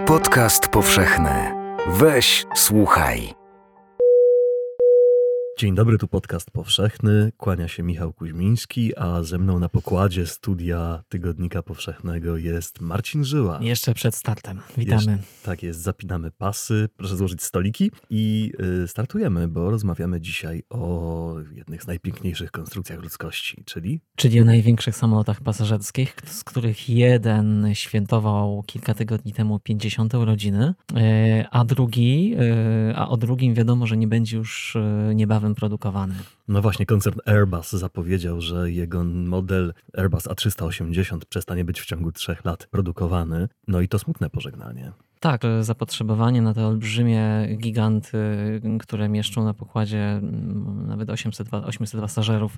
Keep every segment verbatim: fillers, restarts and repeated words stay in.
Podcast powszechny. Weź, słuchaj. Dzień dobry, tu podcast powszechny. Kłania się Michał Kuźmiński, a ze mną na pokładzie studia Tygodnika Powszechnego jest Marcin Żyła. Jeszcze przed startem. Witamy. Jeszcze, tak jest, zapinamy pasy, proszę złożyć stoliki i y, startujemy, bo rozmawiamy dzisiaj o jednych z najpiękniejszych konstrukcjach ludzkości, czyli... Czyli o największych samolotach pasażerskich, z których jeden świętował kilka tygodni temu pięćdziesiąte urodziny, y, a drugi, y, a o drugim wiadomo, że nie będzie już y, niebawem produkowany. No właśnie, koncern Airbus zapowiedział, że jego model Airbus A trzysta osiemdziesiąt przestanie być w ciągu trzech lat produkowany. No i to smutne pożegnanie. Tak, zapotrzebowanie na te olbrzymie giganty, które mieszczą na pokładzie nawet osiemset, osiemset pasażerów,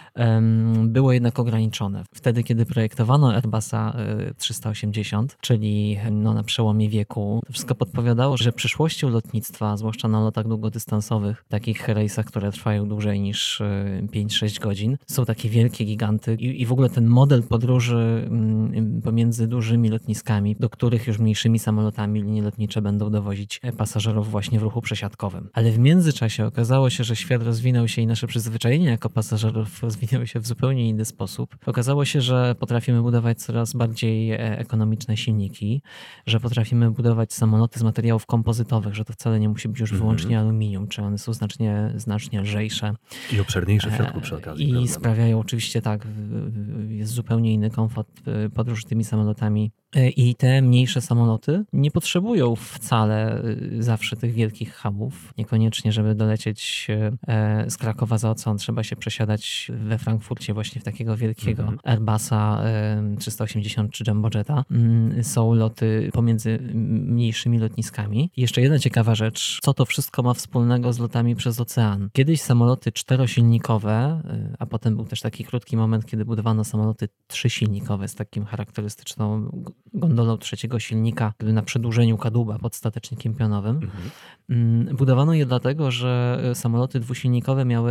było jednak ograniczone. Wtedy, kiedy projektowano Airbusa trzysta osiemdziesiąt, czyli no na przełomie wieku, to wszystko podpowiadało, że przyszłością lotnictwa, zwłaszcza na lotach długodystansowych, takich rejsach, które trwają dłużej niż pięć sześć godzin, są takie wielkie giganty i, i w ogóle ten model podróży pomiędzy dużymi lotniskami, do których już mniejszymi samolotami linie lotnicze będą dowozić pasażerów właśnie w ruchu przesiadkowym. Ale w międzyczasie okazało się, że świat rozwinął się i nasze przyzwyczajenia jako pasażerów rozwinęły się w zupełnie inny sposób. Okazało się, że potrafimy budować coraz bardziej ekonomiczne silniki, że potrafimy budować samoloty z materiałów kompozytowych, że to wcale nie musi być już wyłącznie aluminium, czy one są znacznie, znacznie lżejsze. I obszerniejsze w środku przy okazji. I prawda? sprawiają oczywiście tak, jest zupełnie inny komfort podróży tymi samolotami. I te mniejsze samoloty nie potrzebują wcale zawsze tych wielkich hubów. Niekoniecznie, żeby dolecieć z Krakowa za ocean, trzeba się przesiadać we Frankfurcie właśnie w takiego wielkiego mm-hmm. Airbusa trzysta osiemdziesiąt czy Jumbojeta. Są loty pomiędzy mniejszymi lotniskami. I jeszcze jedna ciekawa rzecz, co to wszystko ma wspólnego z lotami przez ocean. Kiedyś samoloty czterosilnikowe, a potem był też taki krótki moment, kiedy budowano samoloty trzysilnikowe z takim charakterystyczną gondolą trzeciego silnika na przedłużeniu kadłuba pod statecznikiem pionowym. Mhm. Budowano je dlatego, że samoloty dwusilnikowe miały,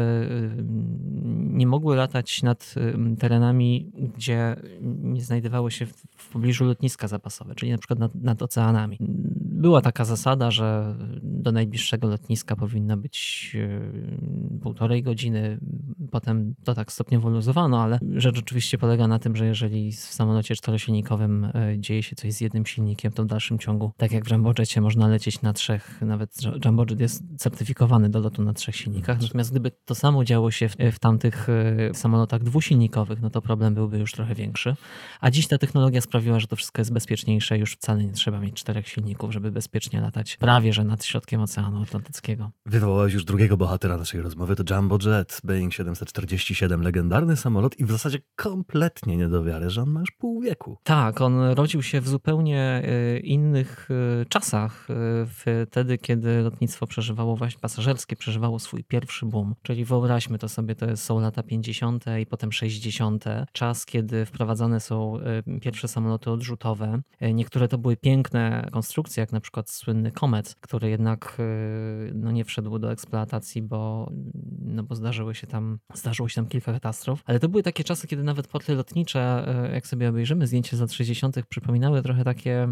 nie mogły latać nad terenami, gdzie nie znajdowały się w, w pobliżu lotniska zapasowe, czyli na przykład nad, nad oceanami. Była taka zasada, że do najbliższego lotniska powinno być półtorej godziny. Potem to tak stopniowo luzowano, ale rzecz oczywiście polega na tym, że jeżeli w samolocie czterosilnikowym dzieje się coś z jednym silnikiem, to w dalszym ciągu, tak jak w Jumbojetie, można lecieć na trzech, nawet Jumbojet jest certyfikowany do lotu na trzech silnikach, natomiast gdyby to samo działo się w, w tamtych samolotach dwusilnikowych, no to problem byłby już trochę większy. A dziś ta technologia sprawiła, że to wszystko jest bezpieczniejsze, już wcale nie trzeba mieć czterech silników, żeby bezpiecznie latać prawie że nad środkiem Oceanu Atlantyckiego. Wywołałeś już drugiego bohatera naszej rozmowy, to Jumbojet, Boeing siedemset czterdzieści siedem, legendarny samolot i w zasadzie kompletnie nie do wiary, że on ma już pół wieku. Tak, on rodził się w zupełnie innych czasach, wtedy, kiedy lotnictwo przeżywało, właśnie pasażerskie przeżywało swój pierwszy boom. Czyli wyobraźmy to sobie, to są lata pięćdziesiąte i potem sześćdziesiąte. Czas, kiedy wprowadzane są pierwsze samoloty odrzutowe. Niektóre to były piękne konstrukcje, jak na przykład słynny Comet, który jednak no, nie wszedł do eksploatacji, bo, no, bo zdarzyły się tam, zdarzyło się tam kilka katastrof. Ale to były takie czasy, kiedy nawet porty lotnicze, jak sobie obejrzymy zdjęcie z lat sześćdziesiątych, przypominały trochę takie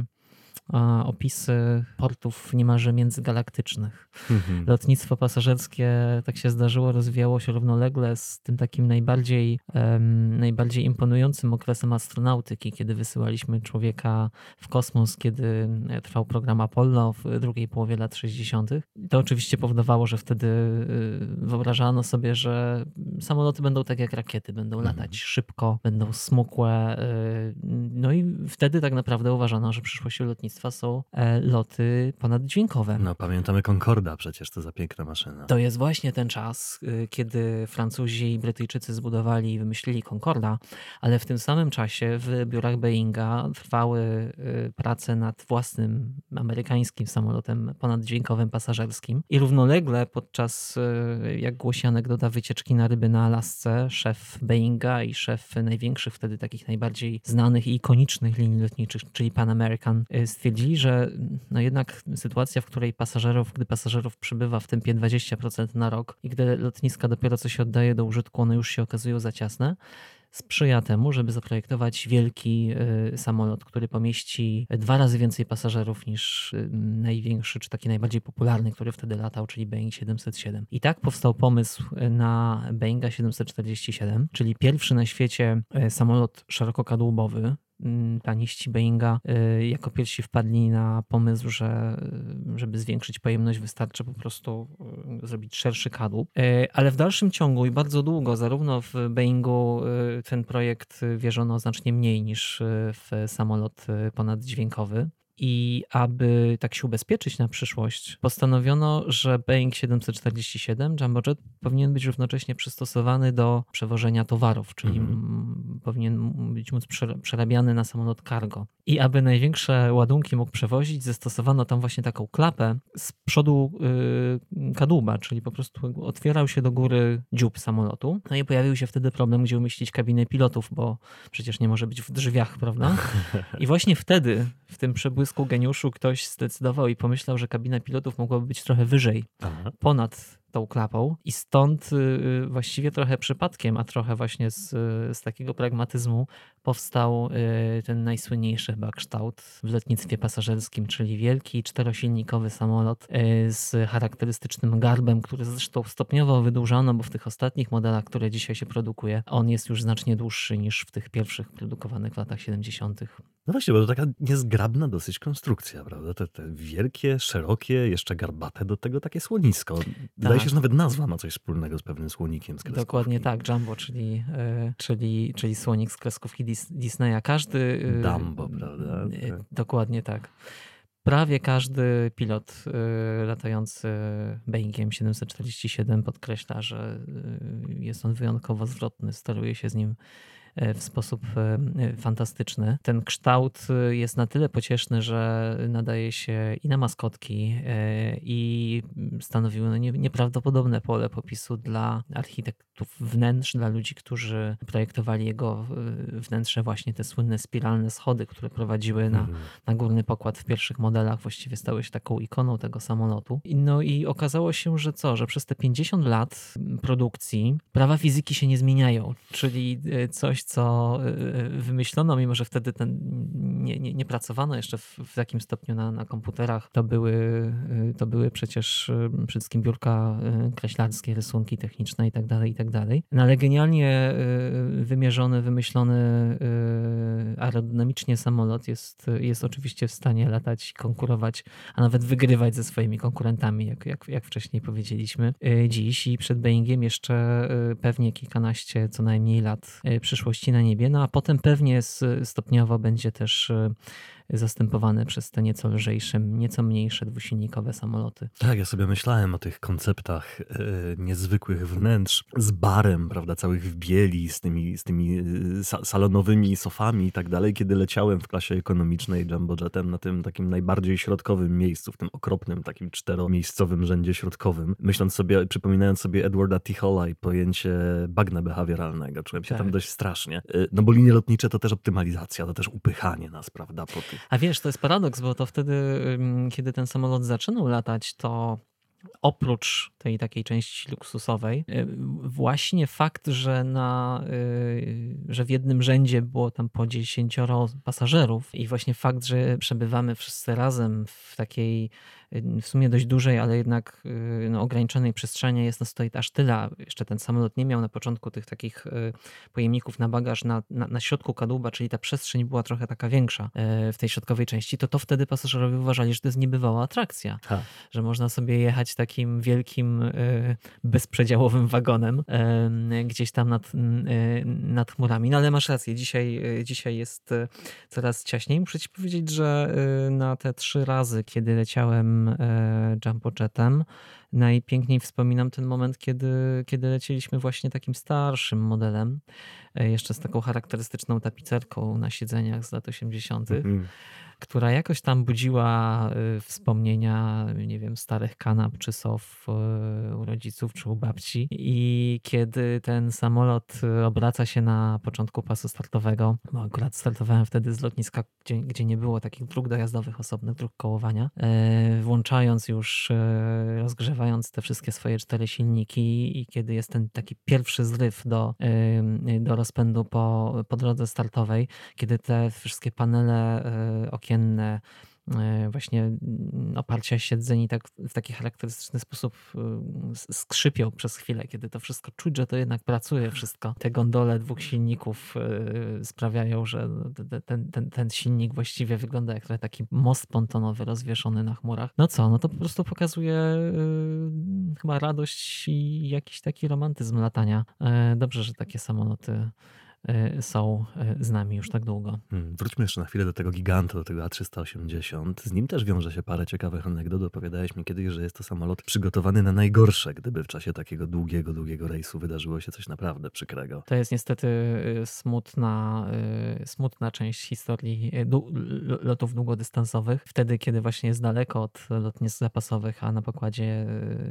opisy portów niemalże międzygalaktycznych. Mhm. Lotnictwo pasażerskie, tak się zdarzyło, rozwijało się równolegle z tym takim najbardziej, um, najbardziej imponującym okresem astronautyki, kiedy wysyłaliśmy człowieka w kosmos, kiedy trwał program Apollo w drugiej połowie lat sześćdziesiątych. To oczywiście powodowało, że wtedy wyobrażano sobie, że samoloty będą tak jak rakiety, będą mhm. latać szybko, będą smukłe. No i wtedy tak naprawdę uważano, że przyszłością lotnictwa są loty ponaddźwiękowe. No pamiętamy Concorda, przecież to za piękna maszyna. To jest właśnie ten czas, kiedy Francuzi i Brytyjczycy zbudowali i wymyślili Concorda, ale w tym samym czasie w biurach Boeinga trwały prace nad własnym amerykańskim samolotem ponaddźwiękowym pasażerskim i równolegle podczas, jak głosi anegdota, wycieczki na ryby na Alasce, szef Boeinga i szef największych wtedy takich najbardziej znanych i ikonicznych linii lotniczych, czyli Pan American, stwierdzili, że no jednak sytuacja, w której pasażerów, gdy pasażerów przybywa w tempie dwadzieścia procent na rok i gdy lotniska dopiero co się oddaje do użytku, one już się okazują za ciasne, sprzyja temu, żeby zaprojektować wielki y, samolot, który pomieści dwa razy więcej pasażerów niż y, największy, czy taki najbardziej popularny, który wtedy latał, czyli Boeing siedemset siedem. I tak powstał pomysł na Boeinga siedemset czterdzieści siedem, czyli pierwszy na świecie y, samolot szerokokadłubowy. Planiści Boeinga y, jako pierwsi wpadli na pomysł, że y, żeby zwiększyć pojemność, wystarczy po prostu y, zrobić szerszy kadłub. Y, ale w dalszym ciągu i bardzo długo, zarówno w Boeingu y, ten projekt wierzono znacznie mniej niż y, w samolot y, ponaddźwiękowy. I aby tak się ubezpieczyć na przyszłość, postanowiono, że Boeing siedemset czterdzieści siedem Jumbo Jet powinien być równocześnie przystosowany do przewożenia towarów, czyli mm. powinien być móc przerabiany na samolot cargo. I aby największe ładunki mógł przewozić, zastosowano tam właśnie taką klapę z przodu yy, kadłuba, czyli po prostu otwierał się do góry dziób samolotu. No i pojawił się wtedy problem, gdzie umieścić kabinę pilotów, bo przecież nie może być w drzwiach, prawda? I właśnie wtedy, w tym przebłysku geniuszu, ktoś zdecydował i pomyślał, że kabina pilotów mogłaby być trochę wyżej, Aha. ponad tą klapą i stąd y, właściwie trochę przypadkiem, a trochę właśnie z, z takiego pragmatyzmu powstał y, ten najsłynniejszy chyba kształt w lotnictwie pasażerskim, czyli wielki czterosilnikowy samolot y, z charakterystycznym garbem, który zresztą stopniowo wydłużano, bo w tych ostatnich modelach, które dzisiaj się produkuje, on jest już znacznie dłuższy niż w tych pierwszych produkowanych w latach siedemdziesiątych. No właśnie, bo to taka niezgrabna dosyć konstrukcja, prawda? Te, te wielkie, szerokie, jeszcze garbate, do tego takie słonisko. Wydaje się, że nawet nazwa ma coś wspólnego z pewnym słonikiem z kreskówki. Dokładnie tak, Jumbo, czyli, yy, czyli, czyli słonik z kreskówki Dis- Disneya. Każdy... Yy, Dumbo, prawda? Yy, dokładnie tak. Prawie każdy pilot y, latający Boeingiem siedemset czterdzieści siedem podkreśla, że y, jest on wyjątkowo zwrotny, steruje się z nim w sposób fantastyczny. Ten kształt jest na tyle pocieszny, że nadaje się i na maskotki, i stanowił no nieprawdopodobne pole popisu dla architektów wnętrz, dla ludzi, którzy projektowali jego wnętrze, właśnie te słynne spiralne schody, które prowadziły na, na górny pokład w pierwszych modelach, właściwie stały się taką ikoną tego samolotu. No i okazało się, że co, że przez te pięćdziesiąt lat produkcji prawa fizyki się nie zmieniają, czyli coś, co wymyślono, mimo że wtedy ten, nie, nie, nie pracowano jeszcze w, w takim stopniu na, na komputerach. To były, to były przecież przede wszystkim biurka kreślarskie, rysunki techniczne i tak dalej, i tak dalej. No ale genialnie wymierzony, wymyślony aerodynamicznie samolot jest, jest oczywiście w stanie latać, konkurować, a nawet wygrywać ze swoimi konkurentami, jak, jak, jak wcześniej powiedzieliśmy dziś. I przed Boeingiem jeszcze pewnie kilkanaście co najmniej lat przyszłości na niebie, no a potem pewnie stopniowo będzie też zastępowane przez te nieco lżejsze, nieco mniejsze dwusilnikowe samoloty. Tak, ja sobie myślałem o tych konceptach e, niezwykłych wnętrz z barem, prawda, całych w bieli, z tymi, z tymi sa- salonowymi sofami i tak dalej, kiedy leciałem w klasie ekonomicznej Jumbo Jetem na tym takim najbardziej środkowym miejscu, w tym okropnym takim czteromiejscowym rzędzie środkowym. Myśląc sobie, przypominając sobie Edwarda T. Halla i pojęcie bagna behawioralnego, czułem się tak. tam dość strasznie. No bo linie lotnicze to też optymalizacja, to też upychanie nas, prawda, po tych... A wiesz, to jest paradoks, bo to wtedy, kiedy ten samolot zaczynał latać, to oprócz tej takiej części luksusowej, właśnie fakt, że, na, że w jednym rzędzie było tam po dziesięcioro pasażerów i właśnie fakt, że przebywamy wszyscy razem w takiej w sumie dość dużej, ale jednak no, ograniczonej przestrzeni, jest nas tutaj aż tyle. Jeszcze ten samolot nie miał na początku tych takich pojemników na bagaż na, na, na środku kadłuba, czyli ta przestrzeń była trochę taka większa w tej środkowej części, to to wtedy pasażerowie uważali, że to jest niebywała atrakcja. Ha. Że można sobie jechać takim wielkim, bezprzedziałowym wagonem gdzieś tam nad, nad chmurami. No ale masz rację, dzisiaj, dzisiaj jest coraz ciaśniej. Muszę ci powiedzieć, że na te trzy razy, kiedy leciałem Jumbo Jetem, najpiękniej wspominam ten moment, kiedy, kiedy lecieliśmy właśnie takim starszym modelem, jeszcze z taką charakterystyczną tapicerką na siedzeniach z lat osiemdziesiątych. Mm-hmm. która jakoś tam budziła y, wspomnienia, nie wiem, starych kanap czy sof y, u rodziców czy u babci. I kiedy ten samolot y, obraca się na początku pasu startowego, bo akurat startowałem wtedy z lotniska, gdzie, gdzie nie było takich dróg dojazdowych osobnych, dróg kołowania, y, włączając już, y, rozgrzewając te wszystkie swoje cztery silniki i kiedy jest ten taki pierwszy zryw do, y, do rozpędu po, po drodze startowej, kiedy te wszystkie panele y, okienne, y, właśnie oparcia siedzeni tak, w taki charakterystyczny sposób y, skrzypią przez chwilę, kiedy to wszystko czuć, że to jednak pracuje wszystko. Te gondole dwóch silników y, sprawiają, że ten, ten, ten silnik właściwie wygląda jak trochę taki most pontonowy rozwieszony na chmurach. No co, no to po prostu pokazuje y, chyba radość i jakiś taki romantyzm latania. Y, dobrze, że takie samoloty są z nami już tak długo. Hmm, wróćmy jeszcze na chwilę do tego giganta, do tego A trzysta osiemdziesiąt. Z nim też wiąże się parę ciekawych anegdot. Opowiadałeś mi kiedyś, że jest to samolot przygotowany na najgorsze, gdyby w czasie takiego długiego, długiego rejsu wydarzyło się coś naprawdę przykrego. To jest niestety smutna, smutna część historii lotów długodystansowych. Wtedy, kiedy właśnie jest daleko od lotnisk zapasowych, a na pokładzie,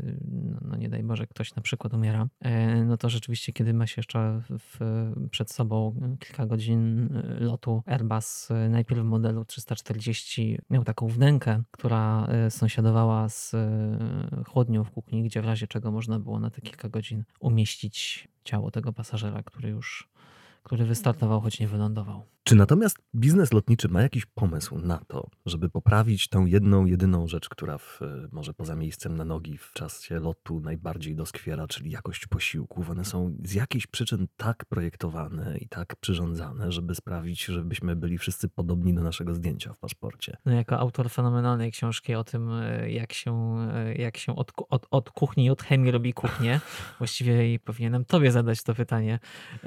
no nie daj Boże, ktoś na przykład umiera, no to rzeczywiście, kiedy ma się jeszcze w, przed sobą kilka godzin lotu, Airbus najpierw w modelu trzysta czterdzieści miał taką wnękę, która sąsiadowała z chłodnią w kuchni, gdzie w razie czego można było na te kilka godzin umieścić ciało tego pasażera, który już który wystartował, choć nie wylądował. Czy natomiast biznes lotniczy ma jakiś pomysł na to, żeby poprawić tą jedną, jedyną rzecz, która w, może poza miejscem na nogi w czasie lotu najbardziej doskwiera, czyli jakość posiłków? One są z jakichś przyczyn tak projektowane i tak przyrządzane, żeby sprawić, żebyśmy byli wszyscy podobni do naszego zdjęcia w paszporcie. No, jako autor fenomenalnej książki o tym, jak się, jak się od, od, od kuchni i od chemii robi kuchnię, właściwie powinienem tobie zadać to pytanie.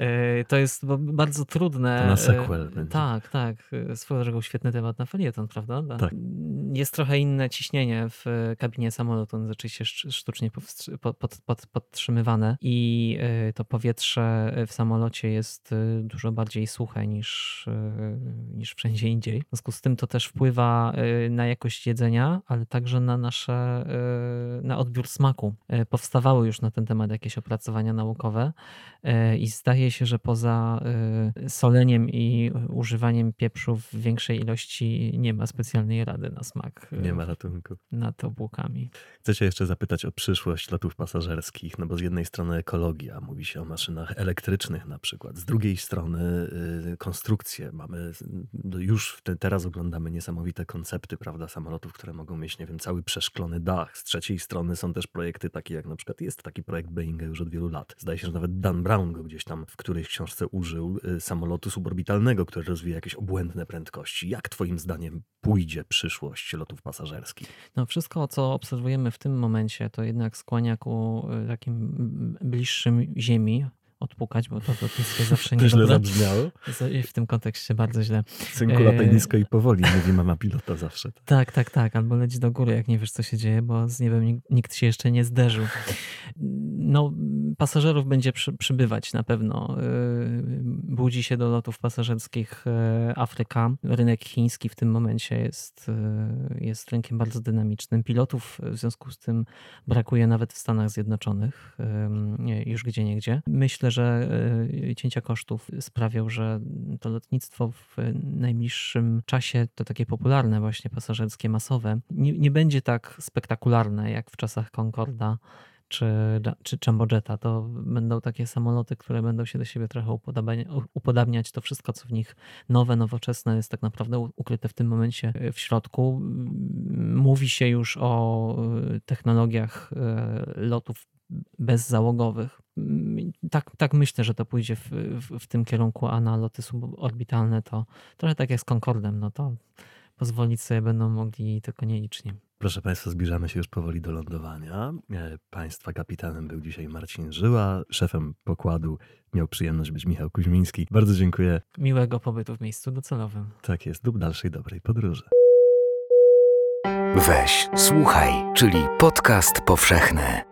To jest bardzo trudne. To na sequel. Będzie. Tak, tak. Swoją drogą świetny temat na felieton, prawda? Tak. Jest trochę inne ciśnienie w kabinie samolotu, on rzeczywiście sztucznie pod, pod, pod, podtrzymywane i to powietrze w samolocie jest dużo bardziej suche niż, niż wszędzie indziej. W związku z tym to też wpływa na jakość jedzenia, ale także na nasze, na odbiór smaku. Powstawały już na ten temat jakieś opracowania naukowe i zdaje się, że poza soleniem i używaniem pieprzu w większej ilości nie ma specjalnej rady na smak. Nie ma ratunku. Nad obłokami. Chcę cię jeszcze zapytać o przyszłość lotów pasażerskich, no bo z jednej strony ekologia, mówi się o maszynach elektrycznych na przykład, z drugiej strony y, konstrukcje. Mamy, już te, teraz oglądamy niesamowite koncepty, prawda, samolotów, które mogą mieć, nie wiem, cały przeszklony dach. Z trzeciej strony są też projekty takie jak na przykład, jest taki projekt Boeinga już od wielu lat. Zdaje się, że nawet Dan Brown go gdzieś tam w którejś książce użył, y, samolotu suborbitalnego, który rozwija jakieś obłędne prędkości. Jak twoim zdaniem pójdzie przyszłość lotów pasażerskich? No wszystko, co obserwujemy w tym momencie, to jednak skłania ku takim bliższym Ziemi odpukać, bo to lotnictwo zawsze nie źle zabrzmiało? W tym kontekście bardzo źle. Synku, lataj nisko i powoli, mówi mama pilota zawsze. Tak, tak, tak. Albo leć do góry, jak nie wiesz, co się dzieje, bo z niebem nikt się jeszcze nie zderzył. No, pasażerów będzie przy, przybywać na pewno. Budzi się do lotów pasażerskich Afryka. Rynek chiński w tym momencie jest, jest rynkiem bardzo dynamicznym. Pilotów w związku z tym brakuje nawet w Stanach Zjednoczonych, już gdzie niegdzie. Myślę, że cięcia kosztów sprawią, że to lotnictwo w najbliższym czasie, to takie popularne właśnie pasażerskie, masowe, nie, nie będzie tak spektakularne jak w czasach Concorda czy, czy Jumbojeta. To będą takie samoloty, które będą się do siebie trochę upodabniać. To wszystko, co w nich nowe, nowoczesne, jest tak naprawdę ukryte w tym momencie w środku. Mówi się już o technologiach lotów bezzałogowych. Tak, tak myślę, że to pójdzie w, w, w tym kierunku, a na loty suborbitalne to trochę tak jak z Concordem, no to pozwolić sobie będą mogli tylko nieliczni. Proszę Państwa, zbliżamy się już powoli do lądowania. Państwa kapitanem był dzisiaj Marcin Żyła, szefem pokładu miał przyjemność być Michał Kuźmiński. Bardzo dziękuję. Miłego pobytu w miejscu docelowym. Tak jest, lub dalszej dobrej podróży. Weź, słuchaj, czyli podcast powszechny.